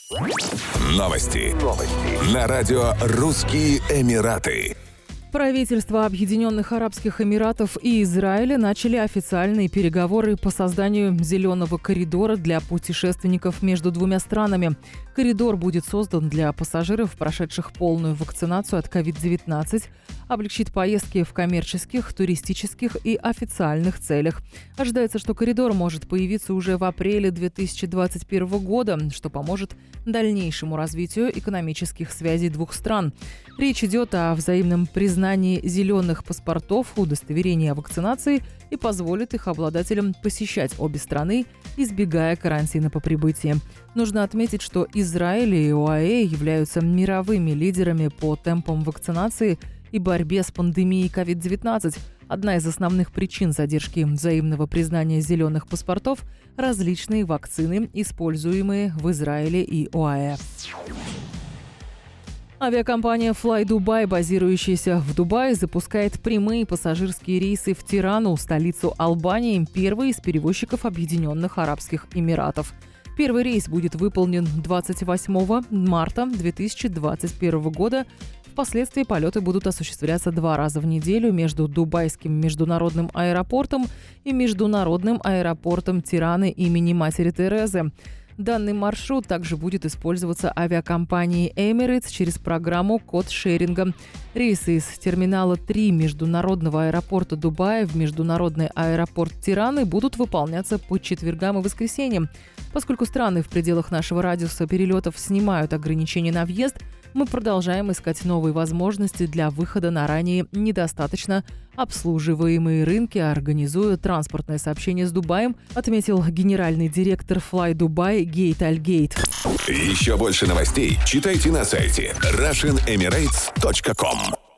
Новости. На радио «Русские Эмираты». Правительства Объединенных Арабских Эмиратов и Израиля начали официальные переговоры по созданию зеленого коридора для путешественников между двумя странами. Коридор будет создан для пассажиров, прошедших полную вакцинацию от COVID-19, облегчит поездки в коммерческих, туристических и официальных целях. Ожидается, что коридор может появиться уже в апреле 2021 года, что поможет дальнейшему развитию экономических связей двух стран. Речь идет о взаимном признании зеленых паспортов, удостоверения о вакцинации и позволит их обладателям посещать обе страны, избегая карантина по прибытии. Нужно отметить, что Израиль и ОАЭ являются мировыми лидерами по темпам вакцинации и борьбе с пандемией COVID-19. Одна из основных причин задержки взаимного признания зеленых паспортов – различные вакцины, используемые в Израиле и ОАЭ. Авиакомпания Fly Dubai, базирующаяся в Дубае, запускает прямые пассажирские рейсы в Тирану, столицу Албании, первый из перевозчиков Объединенных Арабских Эмиратов. Первый рейс будет выполнен 28 марта 2021 года. Впоследствии полеты будут осуществляться 2 раза в неделю между Дубайским международным аэропортом и международным аэропортом Тираны имени Матери Терезы. Данный маршрут также будет использоваться авиакомпанией Emirates через программу код-шеринга. Рейсы из терминала 3 международного аэропорта Дубая в международный аэропорт Тираны будут выполняться по четвергам и воскресеньям. Поскольку страны в пределах нашего радиуса перелетов снимают ограничения на въезд, мы продолжаем искать новые возможности для выхода на ранее недостаточно обслуживаемые рынки, организуя транспортное сообщение с Дубаем, отметил генеральный директор Fly Dubai Гейт Аль-Гейт. Еще больше новостей читайте на сайте RussianEmirates.com.